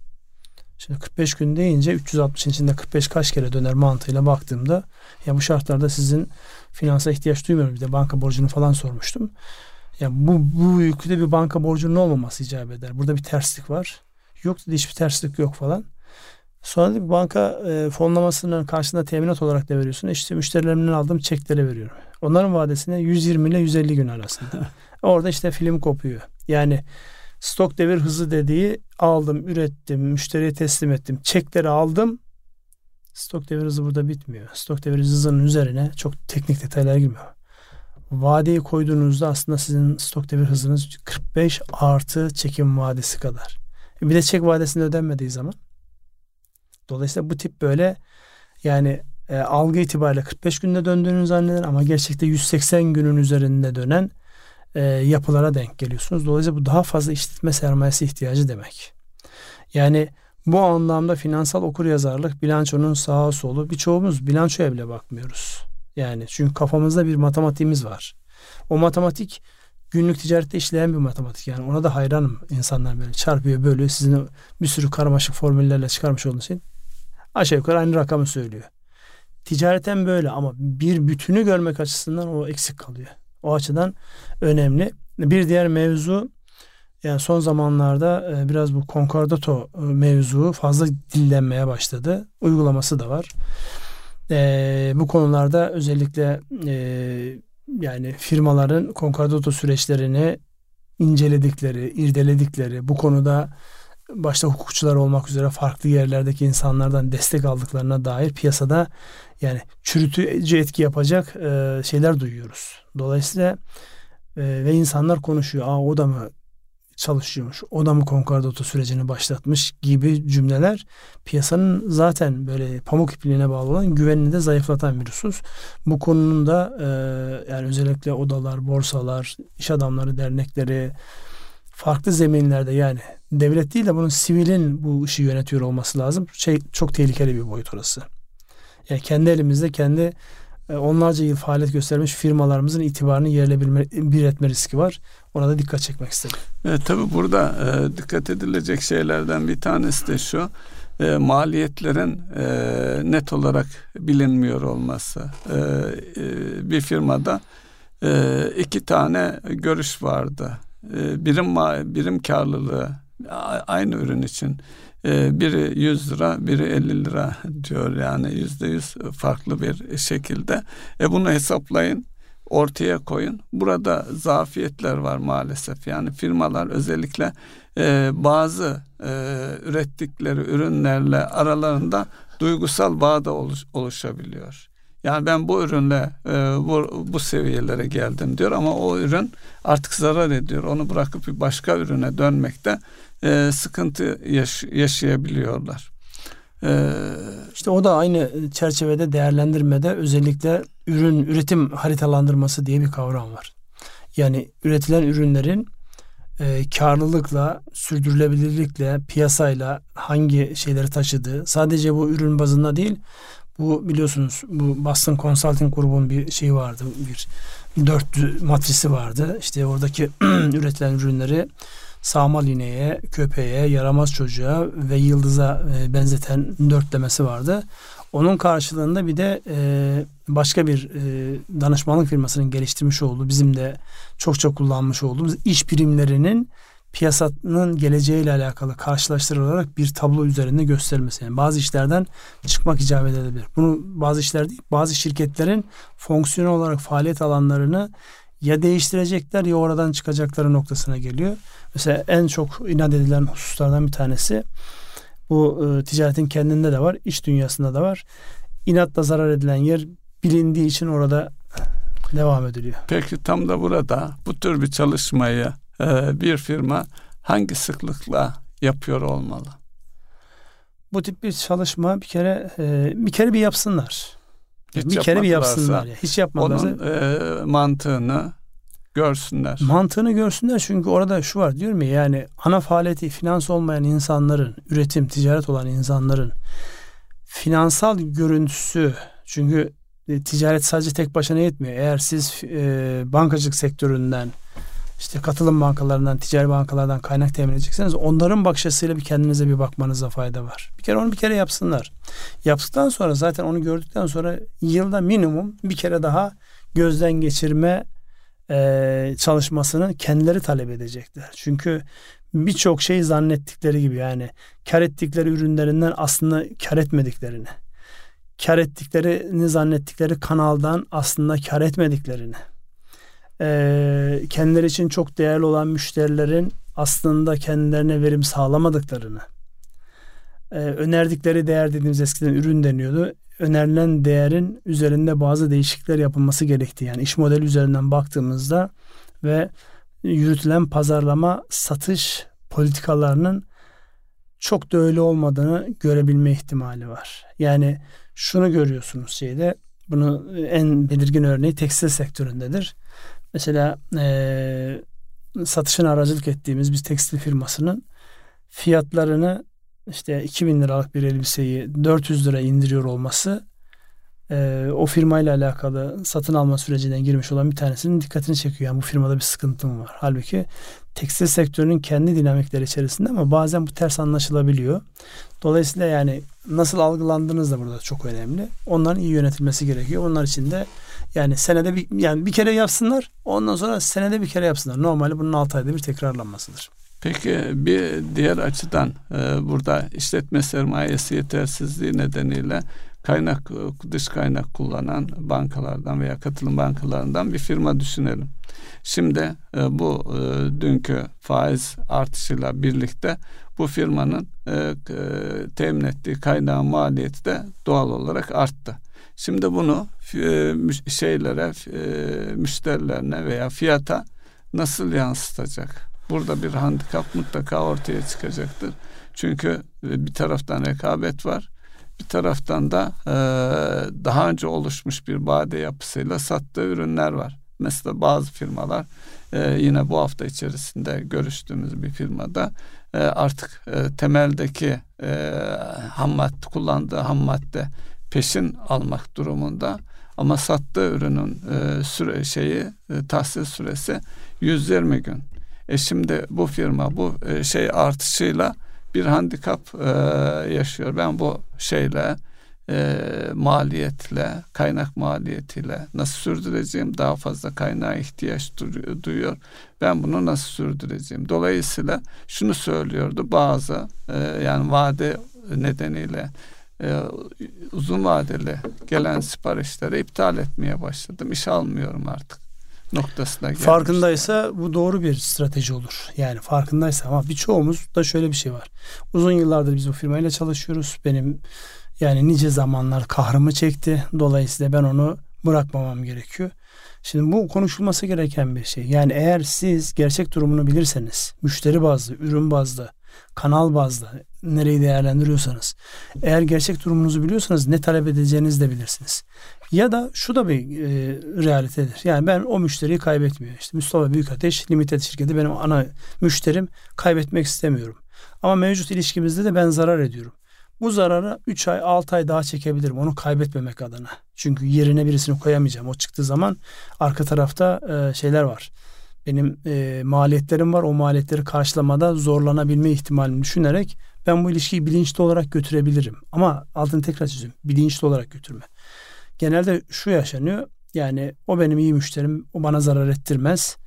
Şimdi 45 gün deyince 360'ın içinde 45 kaç kere döner mantığıyla baktığımda ya bu şartlarda sizin finansa ihtiyaç duymuyorum. Bir de banka borcunu falan sormuştum. Ya bu büyüklükte bir banka borcunun olmaması icap eder. Burada bir terslik var. Yok dedi, hiçbir terslik yok falan. Sonra da banka fonlamasının karşısında teminat olarak da veriyorsun. İşte müşterilerimden aldığım çeklere veriyorum. Onların vadesine 120 ile 150 gün arasında. Orada işte film kopuyor. Yani stok devir hızı dediği aldım, ürettim, müşteriye teslim ettim, çekleri aldım. Stok devir hızı burada bitmiyor. Stok devir hızının üzerine çok teknik detaylara girmiyor. Vadeyi koyduğunuzda aslında sizin stok devir hızınız 45 artı çekim vadesi kadar. Bir de çek vadesinde ödenmediği zaman. Dolayısıyla bu tip böyle yani algı itibariyle 45 günde döndüğünü zanneder ama gerçekte 180 günün üzerinde dönen yapılara denk geliyorsunuz. Dolayısıyla bu daha fazla işletme sermayesi ihtiyacı demek. Yani bu anlamda finansal okuryazarlık, bilançonun sağı solu, birçoğumuz bilançoya bile bakmıyoruz. Yani çünkü kafamızda bir matematiğimiz var. O matematik günlük ticarette işleyen bir matematik. Yani ona da hayranım. İnsanlar böyle çarpıyor, bölüyor. Sizin bir sürü karmaşık formüllerle çıkarmış olduğunuz için aşağı yukarı aynı rakamı söylüyor. Ticareten böyle ama bir bütünü görmek açısından o eksik kalıyor. O açıdan önemli. Bir diğer mevzu, yani son zamanlarda biraz bu konkordato mevzu fazla dillenmeye başladı. Uygulaması da var. Bu konularda özellikle yani firmaların konkordato süreçlerini inceledikleri, irdeledikleri, bu konuda başta hukukçular olmak üzere farklı yerlerdeki insanlardan destek aldıklarına dair piyasada yani çürütücü etki yapacak şeyler duyuyoruz. Dolayısıyla ve insanlar konuşuyor. O da mı çalışıyormuş, o da mı konkordato sürecini başlatmış gibi cümleler piyasanın zaten böyle pamuk ipliğine bağlı olan güvenini de zayıflatan bir husus. Bu konunun da yani özellikle odalar, borsalar, iş adamları dernekleri farklı zeminlerde, yani devlet değil de bunun sivilin bu işi yönetiyor olması lazım. Çok tehlikeli bir boyut orası. Yani kendi elimizde kendi onlarca yıl faaliyet göstermiş firmalarımızın itibarını yerle bir etme riski var. Ona da dikkat çekmek istedim. Tabii burada dikkat edilecek şeylerden bir tanesi de şu. Maliyetlerin net olarak bilinmiyor olması. Bir firmada 2 tane görüş vardı. Birim karlılığı aynı ürün için biri 100 lira, biri 50 lira diyor, yani %100 farklı bir şekilde. Bunu hesaplayın, ortaya koyun. Burada zafiyetler var maalesef. Yani firmalar özellikle bazı ürettikleri ürünlerle aralarında duygusal bağ da oluşabiliyor. Yani ben bu ürünle bu seviyelere geldim diyor ama o ürün artık zarar ediyor. Onu bırakıp bir başka ürüne dönmekte sıkıntı yaşayabiliyorlar. İşte o da aynı çerçevede değerlendirmede özellikle üretim haritalandırması diye bir kavram var. Yani üretilen ürünlerin karlılıkla, sürdürülebilirlikle, piyasayla hangi şeyleri taşıdığı, sadece bu ürün bazında değil, bu biliyorsunuz bu Boston Consulting grubun bir şeyi vardı, bir 4 matrisi vardı. İşte oradaki üretilen ürünleri sağmal ineğe, köpeğe, yaramaz çocuğa ve yıldıza benzeten 4'lemesi vardı. Onun karşılığında bir de başka bir danışmanlık firmasının geliştirmiş olduğu, bizim de çokça kullanmış olduğumuz iş birimlerinin piyasanın geleceğiyle alakalı karşılaştırılarak bir tablo üzerinde göstermesi. Yani bazı işlerden çıkmak icap edebilir. Bunu bazı işler değil, bazı şirketlerin fonksiyonel olarak faaliyet alanlarını ya değiştirecekler ya oradan çıkacakları noktasına geliyor. Mesela en çok inat edilen hususlardan bir tanesi bu ticaretin kendinde de var, iş dünyasında da var. İnatla zarar edilen yer bilindiği için orada devam ediliyor. Peki tam da burada bu tür bir çalışmayı bir firma hangi sıklıkla yapıyor olmalı? Bu tip bir çalışma bir kere bir yapsınlar. Bir kere bir yapsınlar. Hiç yapmadılarsa onun mantığını görsünler. Mantığını görsünler, çünkü orada şu var, diyorum ya, yani ana faaliyeti finans olmayan insanların, üretim, ticaret olan insanların finansal görüntüsü, çünkü ticaret sadece tek başına yetmiyor. Eğer siz bankacılık sektöründen, işte katılım bankalarından, ticari bankalardan kaynak temin edecekseniz onların bakış açısıyla bir kendinize bir bakmanıza fayda var. Onu bir kere yapsınlar. Yaptıktan sonra, zaten onu gördükten sonra yılda minimum bir kere daha gözden geçirme çalışmasını kendileri talep edecekler. Çünkü birçok şey zannettikleri gibi, yani kar ettikleri ürünlerinden aslında kar etmediklerini, kar ettiklerini zannettikleri kanaldan aslında kar etmediklerini, kendileri için çok değerli olan müşterilerin aslında kendilerine verim sağlamadıklarını, önerdikleri değer dediğimiz, eskiden ürün deniyordu, önerilen değerin üzerinde bazı değişiklikler yapılması gerektiği, yani iş modeli üzerinden baktığımızda ve yürütülen pazarlama, satış politikalarının çok da öyle olmadığını görebilme ihtimali var. Yani şunu görüyorsunuz bunu en belirgin örneği tekstil sektöründedir. Mesela satışına aracılık ettiğimiz bir tekstil firmasının fiyatlarını, işte 2000 liralık bir elbiseyi 400 lira indiriyor olması O firmayla alakalı satın alma sürecinden girmiş olan bir tanesinin dikkatini çekiyor. Yani bu firmada bir sıkıntım var. Halbuki tekstil sektörünün kendi dinamikleri içerisinde ama bazen bu ters anlaşılabiliyor. Dolayısıyla yani nasıl algılandığınız da burada çok önemli. Onların iyi yönetilmesi gerekiyor. Onlar için de yani senede bir kere yapsınlar. Ondan sonra senede bir kere yapsınlar. Normalde bunun 6 ayda bir tekrarlanmasıdır. Peki bir diğer açıdan burada işletme sermayesi yetersizliği nedeniyle dış kaynak kullanan bankalardan veya katılım bankalarından bir firma düşünelim. Şimdi bu dünkü faiz artışıyla birlikte bu firmanın temin ettiği kaynağın maliyeti de doğal olarak arttı. Şimdi bunu müşterilerine veya fiyata nasıl yansıtacak? Burada bir handikap mutlaka ortaya çıkacaktır. Çünkü bir taraftan rekabet var. Bir taraftan da daha önce oluşmuş bir vade yapısıyla sattığı ürünler var. Mesela bazı firmalar yine bu hafta içerisinde görüştüğümüz bir firmada artık temeldeki kullandığı ham madde peşin almak durumunda ama sattığı ürünün tahsil süresi 120 gün. Şimdi bu firma bu artışıyla bir handikap yaşıyor. Ben bu maliyetle, kaynak maliyetiyle nasıl sürdüreceğim? Daha fazla kaynağa ihtiyaç duyuyor. Ben bunu nasıl sürdüreceğim? Dolayısıyla şunu söylüyordu bazı yani vade nedeniyle uzun vadeli gelen siparişleri iptal etmeye başladım. İş almıyorum artık noktasına gelmişti. Farkındaysa bu doğru bir strateji olur. Yani farkındaysa ama birçoğumuz da şöyle bir şey var. Uzun yıllardır biz bu firmayla çalışıyoruz. Benim yani nice zamanlar kahrımı çekti. Dolayısıyla ben onu bırakmamam gerekiyor. Şimdi bu konuşulması gereken bir şey. Yani eğer siz gerçek durumunu bilirseniz, müşteri bazlı, ürün bazlı, kanal bazlı nereyi değerlendiriyorsanız, eğer gerçek durumunuzu biliyorsanız ne talep edeceğinizi de bilirsiniz. Ya da şu da bir realitedir. Yani ben o müşteriyi kaybetmiyorum. İşte Mustafa Büyükateş Limited şirketi benim ana müşterim, kaybetmek istemiyorum. Ama mevcut ilişkimizde de ben zarar ediyorum. Bu zararı 3 ay 6 ay daha çekebilirim onu kaybetmemek adına. Çünkü yerine birisini koyamayacağım. O çıktığı zaman arka tarafta şeyler var. Benim maliyetlerim var. O maliyetleri karşılamada zorlanabilme ihtimalini düşünerek ben bu ilişkiyi bilinçli olarak götürebilirim. Ama altını tekrar çiziyorum. Bilinçli olarak götürme. Genelde şu yaşanıyor. Yani o benim iyi müşterim. O bana zarar ettirmez.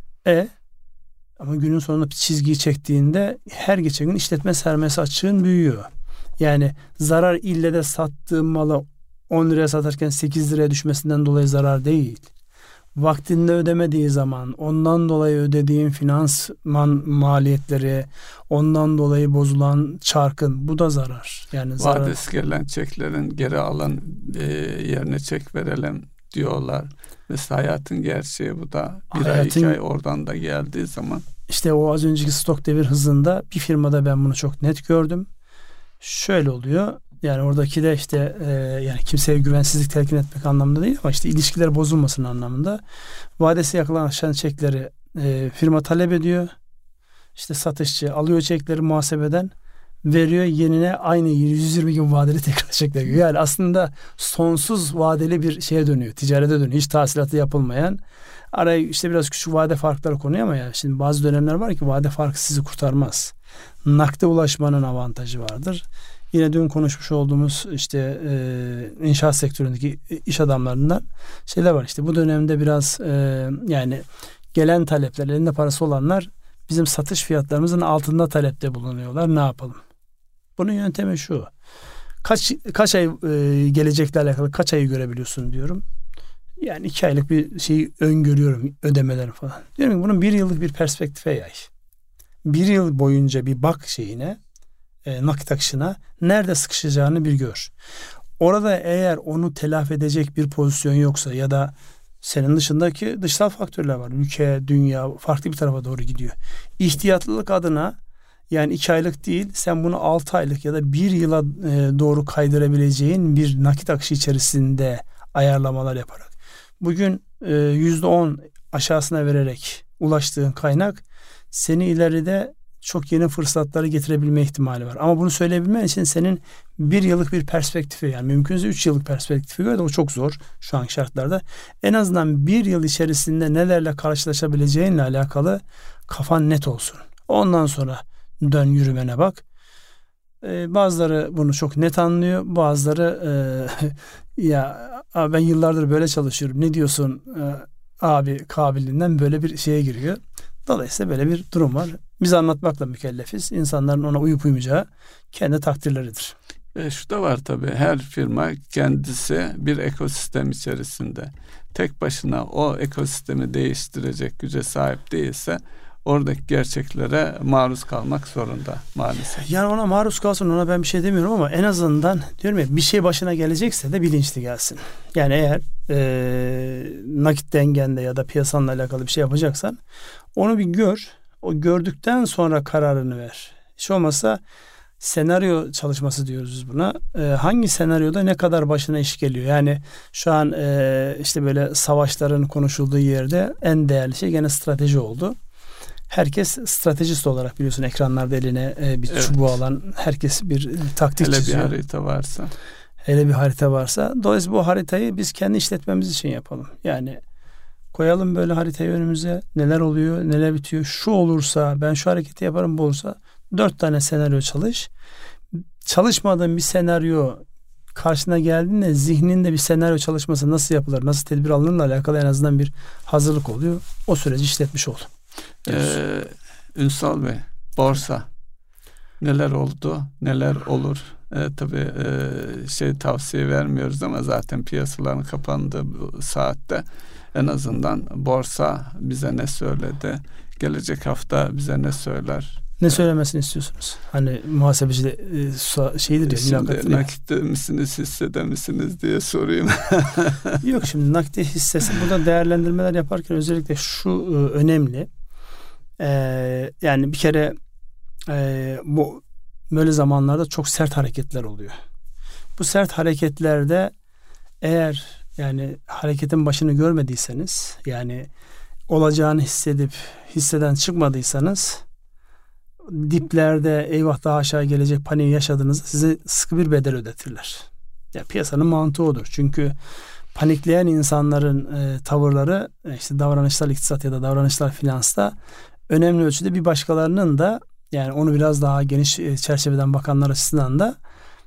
Ama günün sonunda çizgiyi çektiğinde her geçen gün işletme sermayesi açığın büyüyor. Yani zarar ille de sattığım malı 10 liraya satarken 8 liraya düşmesinden dolayı zarar değil. Vaktinde ödemediği zaman ondan dolayı ödediğin finansman maliyetleri, ondan dolayı bozulan çarkın, bu da zarar. Yani vadesi gelen çeklerin geri alan yerine çek verelim diyorlar. Mesela hayatın gerçeği bu da. Bir ay 2 ay oradan da geldiği zaman. İşte o az önceki stok devir hızında bir firmada ben bunu çok net gördüm. Şöyle oluyor. Yani oradaki de işte yani kimseye güvensizlik telkin etmek anlamında değil ama işte ilişkiler bozulmasın anlamında. Vadesi yaklaşan çekleri firma talep ediyor. İşte satışçı alıyor çekleri muhasebeden, veriyor yenine aynı 120 gün vadeli tekrar çekler. Yani aslında sonsuz vadeli bir şeye dönüyor. Ticarete dönüyor. Hiç tahsilatı yapılmayan. Araya işte biraz küçük vade farkları konuyor ama ya şimdi bazı dönemler var ki vade farkı sizi kurtarmaz. Nakde ulaşmanın avantajı vardır. Yine dün konuşmuş olduğumuz işte inşaat sektöründeki iş adamlarından şeyler var. İşte bu dönemde biraz yani gelen talepler, elinde parası olanlar bizim satış fiyatlarımızın altında talepte bulunuyorlar. Ne yapalım? Bunun yöntemi şu. Kaç ay gelecekle alakalı kaç ayı görebiliyorsun diyorum. Yani 2 aylık bir şeyi öngörüyorum, ödemeleri falan. Diyorum ki bunun 1 yıllık bir perspektife yay. 1 yıl boyunca bir bak şeyine, nakit akışına, nerede sıkışacağını bir gör. Orada eğer onu telafi edecek bir pozisyon yoksa ya da senin dışındaki dışsal faktörler var. Ülke, dünya farklı bir tarafa doğru gidiyor. İhtiyatlılık adına yani 2 aylık değil, sen bunu 6 aylık ya da 1 yıla doğru kaydırabileceğin bir nakit akışı içerisinde ayarlamalar yaparak. Bugün %10 aşağısına vererek ulaştığın kaynak seni ileride çok yeni fırsatları getirebilme ihtimali var. Ama bunu söyleyebilmen için senin 1 yıllık bir perspektifi, yani mümkünse 3 yıllık perspektifi göre de o çok zor şu anki şartlarda. En azından 1 yıl içerisinde nelerle karşılaşabileceğinle alakalı kafan net olsun. Ondan sonra dön yürümene bak. Bazıları bunu çok net anlıyor. Bazıları ya ben yıllardır böyle çalışıyorum. Ne diyorsun abi kabiliğinden böyle bir şeye giriyor. Dolayısıyla böyle bir durum var. Biz anlatmakla mükellefiz. İnsanların ona uyup uymayacağı kendi takdirleridir. Şu da var tabii. Her firma kendisi bir ekosistem içerisinde. Tek başına o ekosistemi değiştirecek güce sahip değilse oradaki gerçeklere maruz kalmak zorunda maalesef. Yani ona maruz kalsın, ona ben bir şey demiyorum ama en azından diyorum ya, bir şey başına gelecekse de bilinçli gelsin. Yani eğer nakit dengende ya da piyasanla alakalı bir şey yapacaksan onu bir gör. O gördükten sonra kararını ver. Hiç olmazsa senaryo çalışması diyoruz biz buna. Hangi senaryoda ne kadar başına iş geliyor? Yani şu an işte böyle savaşların konuşulduğu yerde en değerli şey gene strateji oldu. Herkes stratejist olarak, biliyorsun, ekranlarda eline bir çubuğu alan herkes bir taktik çiziyor. Hele bir harita varsa. Hele bir harita varsa. Dolayısıyla bu haritayı biz kendi işletmemiz için yapalım. Yani koyalım böyle haritayı önümüze. Neler oluyor, neler bitiyor. Şu olursa ben şu hareketi yaparım, bu olursa 4 tane senaryo çalış. Çalışmadığın bir senaryo karşına geldiğinde zihninde bir senaryo çalışması nasıl yapılır, nasıl tedbir alınırla alakalı en azından bir hazırlık oluyor. O süreci işletmiş ol. Ünsal Bey, borsa neler oldu, neler olur? Tabii tavsiye vermiyoruz ama zaten piyasaların kapandığı bu saatte en azından borsa bize ne söyledi? Gelecek hafta bize ne söyler? Ne söylemesini istiyorsunuz? Hani muhasebeci de şeydir diyor. Şimdi nakitte misiniz, hissede misiniz diye sorayım. Yok, şimdi nakde hissesi, burada değerlendirmeler yaparken özellikle şu önemli. Yani bir kere bu böyle zamanlarda çok sert hareketler oluyor. Bu sert hareketlerde eğer yani hareketin başını görmediyseniz, yani olacağını hissedip hisseden çıkmadıysanız, diplerde eyvah daha aşağı gelecek paniği yaşadığınızda size sıkı bir bedel ödetirler. Ya piyasanın mantığı odur. Çünkü panikleyen insanların tavırları, işte davranışsal iktisat ya da davranışsal finansta önemli ölçüde bir başkalarının da, yani onu biraz daha geniş çerçeveden bakanlar açısından da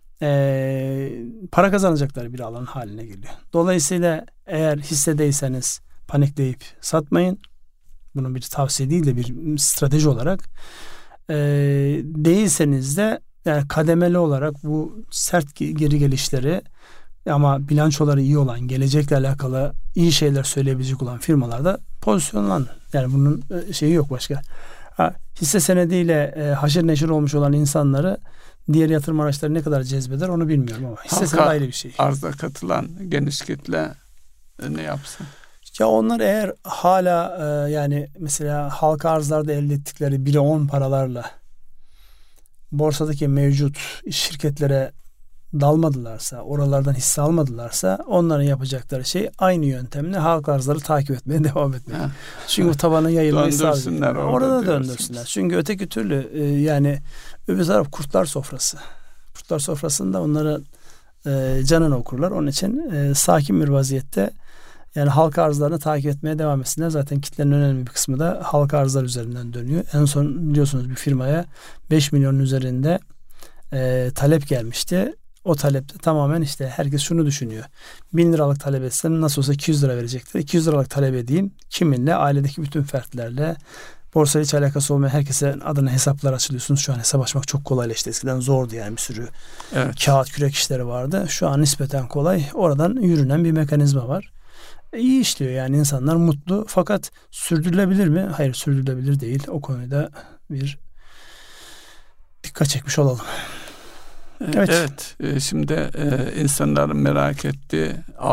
para kazanacakları bir alan haline geliyor. Dolayısıyla eğer hissedeyseniz panikleyip satmayın. Bunun bir tavsiye değil de bir strateji olarak. Değilseniz de yani kademeli olarak bu sert geri gelişleri ama bilançoları iyi olan, gelecekle alakalı iyi şeyler söyleyebilecek olan firmalarda pozisyonlan. Yani bunun şeyi yok başka. Hisse senediyle haşır neşir olmuş olan insanları diğer yatırım araçları ne kadar cezbeder onu bilmiyorum ama hisse senedi ayrı bir şey. Arza katılan geniş kitle ne yapsın? Ya onlar eğer hala yani mesela halka arzlarda elde ettikleri 1'e 10 paralarla borsadaki mevcut şirketlere dalmadılarsa, oralardan hisse almadılarsa, onların yapacakları şey aynı yöntemle halka arzları takip etmeye devam etmek. Çünkü bu tabana yayılmayı sağlıyor. Orada döndürsünler. Çünkü öteki türlü yani öbür taraf kurtlar sofrası. Kurtlar sofrasında onlara canını okurlar. Onun için sakin bir vaziyette yani halka arzlarını takip etmeye devam etsinler. Zaten kitlenin önemli bir kısmı da halka arzlar üzerinden dönüyor. En son biliyorsunuz bir firmaya 5 milyonun üzerinde talep gelmişti. O talepte tamamen işte herkes şunu düşünüyor. 1000 liralık talep etsem nasıl olsa 200 lira verecekler. 200 liralık talep edeyim. Kiminle? Ailedeki bütün fertlerle. Borsayla hiç alakası olmayan herkese adına hesaplar açılıyorsunuz. Şu an hesap açmak çok kolaylaştı. Eskiden zordu yani, bir sürü kağıt kürek işleri vardı. Şu an nispeten kolay. Oradan yürünen bir mekanizma var. İyi işliyor yani, insanlar mutlu. Fakat sürdürülebilir mi? Hayır, sürdürülebilir değil. O konuda bir dikkat çekmiş olalım. Evet. Şimdi insanların merak ettiği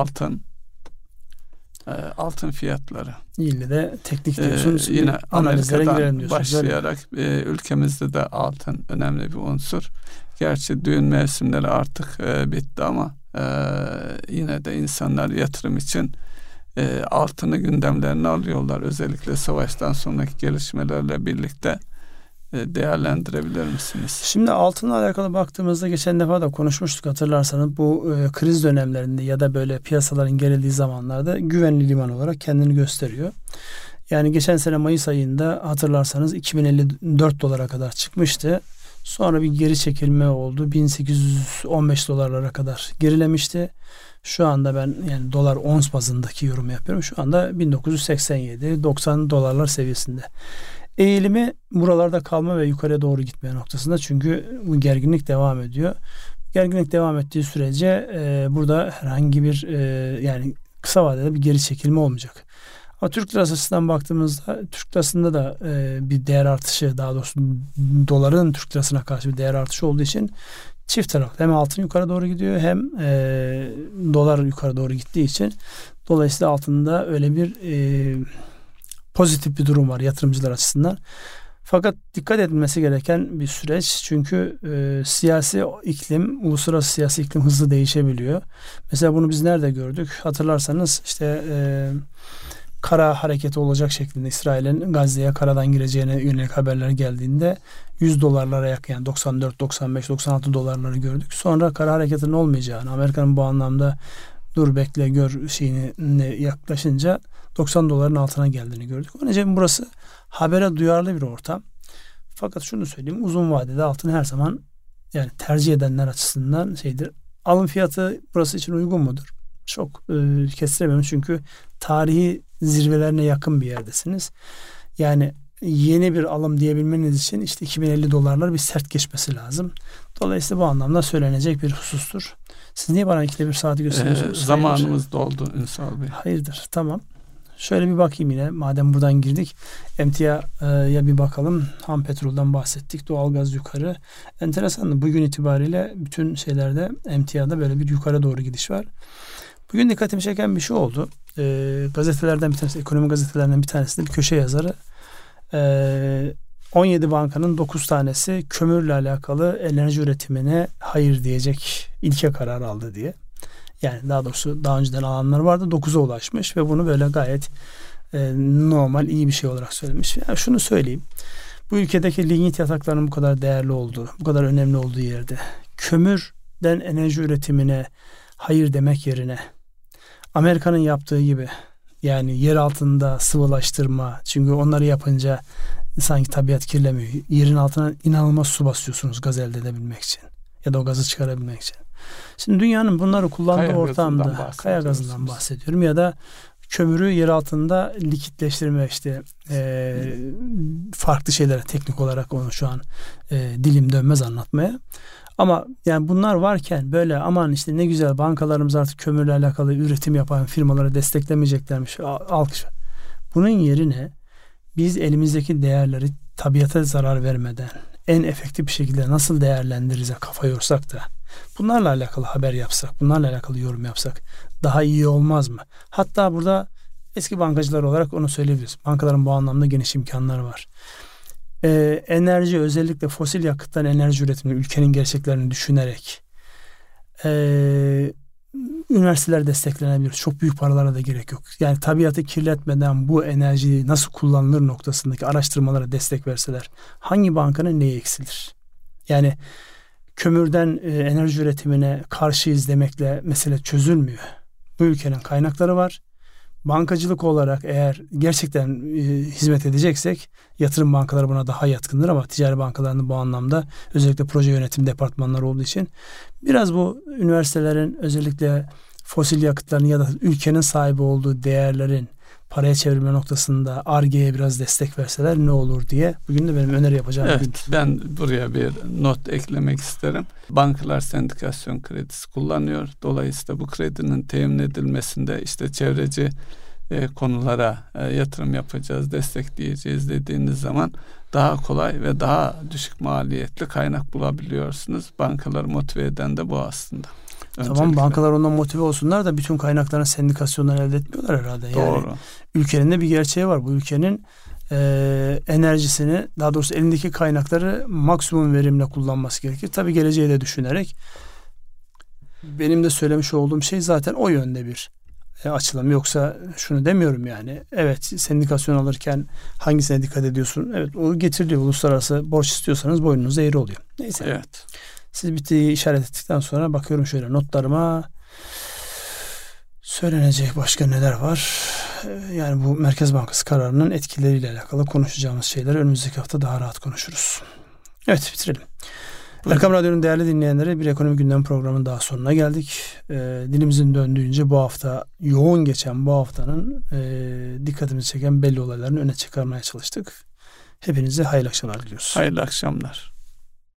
altın fiyatları. İlle de teknik diyorsunuz. Yine analizlere girelim Amerika'dan diyorsunuz. başlayarak ülkemizde de altın önemli bir unsur. Gerçi düğün mevsimleri artık bitti ama yine de insanlar yatırım için altını gündemlerine alıyorlar. Özellikle savaştan sonraki gelişmelerle birlikte değerlendirebilir misiniz? Şimdi altınla alakalı baktığımızda geçen defa da konuşmuştuk, hatırlarsanız bu kriz dönemlerinde ya da böyle piyasaların gerildiği zamanlarda güvenli liman olarak kendini gösteriyor. Yani geçen sene Mayıs ayında hatırlarsanız 2054 dolara kadar çıkmıştı. Sonra bir geri çekilme oldu. 1815 dolarlara kadar gerilemişti. Şu anda ben yani dolar ons bazındaki yorum yapıyorum. Şu anda 1987-90 dolarlar seviyesinde. Eğilimi buralarda kalma ve yukarıya doğru gitmeye noktasında. Çünkü bu gerginlik devam ediyor. Gerginlik devam ettiği sürece burada herhangi bir yani kısa vadede bir geri çekilme olmayacak. Ama Türk lirası açısından baktığımızda Türk lirasında da bir değer artışı, daha doğrusu doların Türk lirasına karşı bir değer artışı olduğu için çift taraflı. Hem altın yukarı doğru gidiyor hem dolar yukarı doğru gittiği için dolayısıyla altında öyle bir pozitif bir durum var yatırımcılar açısından. Fakat dikkat edilmesi gereken bir süreç. Çünkü siyasi iklim, uluslararası siyasi iklim hızlı değişebiliyor. Mesela bunu biz nerede gördük? Hatırlarsanız işte kara hareketi olacak şeklinde İsrail'in Gazze'ye karadan gireceğine yönelik haberler geldiğinde 100 dolarlara yakın, yani 94, 95, 96 dolarları gördük. Sonra kara hareketinin olmayacağını, Amerika'nın bu anlamda dur bekle gör şeyine yaklaşınca 90 doların altına geldiğini gördük. Onun için burası habere duyarlı bir ortam. Fakat şunu söyleyeyim, uzun vadede altın her zaman yani tercih edenler açısından şeydir. Alım fiyatı burası için uygun mudur? Çok kestiremiyorum çünkü tarihi zirvelerine yakın bir yerdesiniz. Yani yeni bir alım diyebilmeniz için işte 2050 dolarlar bir sert geçmesi lazım. Dolayısıyla bu anlamda söylenecek bir husustur. Siz niye bana ikide bir saati gösteriyorsunuz? Zamanımız doldu Ünsal Bey. Hayırdır, tamam. Şöyle bir bakayım yine madem buradan girdik. Emtiaya bir bakalım. Ham petrolden bahsettik. Doğalgaz yukarı. Enteresan, bugün itibariyle bütün şeylerde emtiyada böyle bir yukarı doğru gidiş var. Bugün dikkatimi çeken bir şey oldu. Gazetelerden bir tanesi, ekonomi gazetelerinden bir tanesinde bir köşe yazarı 17 bankanın 9 tanesi kömürle alakalı enerji üretimine hayır diyecek ilke kararı aldı diye. Yani daha doğrusu daha önceden alanlar vardı, 9'a ulaşmış ve bunu böyle gayet normal, iyi bir şey olarak söylemiş. Yani şunu söyleyeyim. Bu ülkedeki lignit yataklarının bu kadar değerli olduğu, bu kadar önemli olduğu yerde kömürden enerji üretimine hayır demek yerine Amerika'nın yaptığı gibi, yani yer altında sıvılaştırma, çünkü onları yapınca sanki tabiat kirlemiyor. Yerin altına inanılmaz su basıyorsunuz gaz elde edebilmek için ya da o gazı çıkarabilmek için. Şimdi dünyanın bunları kullandığı ortamda kaya gazından bahsediyorum ya da kömürü yer altında likitleştirme, işte farklı şeylere teknik olarak onu şu an dilim dönmez anlatmaya. Ama yani bunlar varken böyle aman işte ne güzel bankalarımız artık kömürle alakalı üretim yapan firmalara desteklemeyeceklermiş, alkış. Bunun yerine biz elimizdeki değerleri tabiata zarar vermeden en efektif bir şekilde nasıl değerlendiririz kafa yorsak da bunlarla alakalı haber yapsak, bunlarla alakalı yorum yapsak daha iyi olmaz mı? Hatta burada eski bankacılar olarak onu söyleyebiliriz. Bankaların bu anlamda geniş imkanları var. Enerji, özellikle fosil yakıttan enerji üretimi, ülkenin gerçeklerini düşünerek üniversiteler desteklenebilir. Çok büyük paralara da gerek yok. Yani tabiatı kirletmeden bu enerji nasıl kullanılır noktasındaki araştırmalara destek verseler hangi bankanın neyi eksilir? Yani kömürden enerji üretimine karşıyız demekle mesele çözülmüyor. Bu ülkenin kaynakları var. Bankacılık olarak eğer gerçekten hizmet edeceksek yatırım bankaları buna daha yatkındır ama ticari bankalarının bu anlamda özellikle proje yönetim departmanları olduğu için biraz bu üniversitelerin özellikle fosil yakıtların ya da ülkenin sahibi olduğu değerlerin paraya çevirme noktasında Ar-Ge'ye biraz destek verseler ne olur diye bugün de benim öneri yapacağım. Evet, ben buraya bir not eklemek isterim. Bankalar sendikasyon kredisi kullanıyor. Dolayısıyla bu kredinin temin edilmesinde işte çevreci konulara yatırım yapacağız, destekleyeceğiz dediğiniz zaman daha kolay ve daha düşük maliyetli kaynak bulabiliyorsunuz. Bankaları motive eden de bu aslında. Öncelikle. Tamam, bankalar ondan motive olsunlar da bütün kaynakların sendikasyondan elde etmiyorlar herhalde. Doğru. Yani ülkenin de bir gerçeği var. Bu ülkenin enerjisini, daha doğrusu elindeki kaynakları maksimum verimle kullanması gerekir. Tabii geleceği de düşünerek benim de söylemiş olduğum şey zaten o yönde bir açılım. Yoksa şunu demiyorum yani. Evet, sendikasyon alırken hangisine dikkat ediyorsun? Evet, o getiriliyor. Uluslararası borç istiyorsanız boynunuz eğri oluyor. Neyse. Evet. Siz bittiği işaret ettikten sonra bakıyorum şöyle notlarıma. Söylenecek başka neler var? Yani bu Merkez Bankası kararının etkileriyle alakalı konuşacağımız şeyler önümüzdeki hafta daha rahat konuşuruz. Evet, bitirelim. Erkam Radyo'nun değerli dinleyenleri, bir ekonomi gündem programının daha sonuna geldik. Dilimizin döndüğünce bu hafta yoğun geçen bu haftanın dikkatimizi çeken belli olaylarını öne çıkarmaya çalıştık. Hepinize hayırlı akşamlar diliyoruz. Hayırlı akşamlar.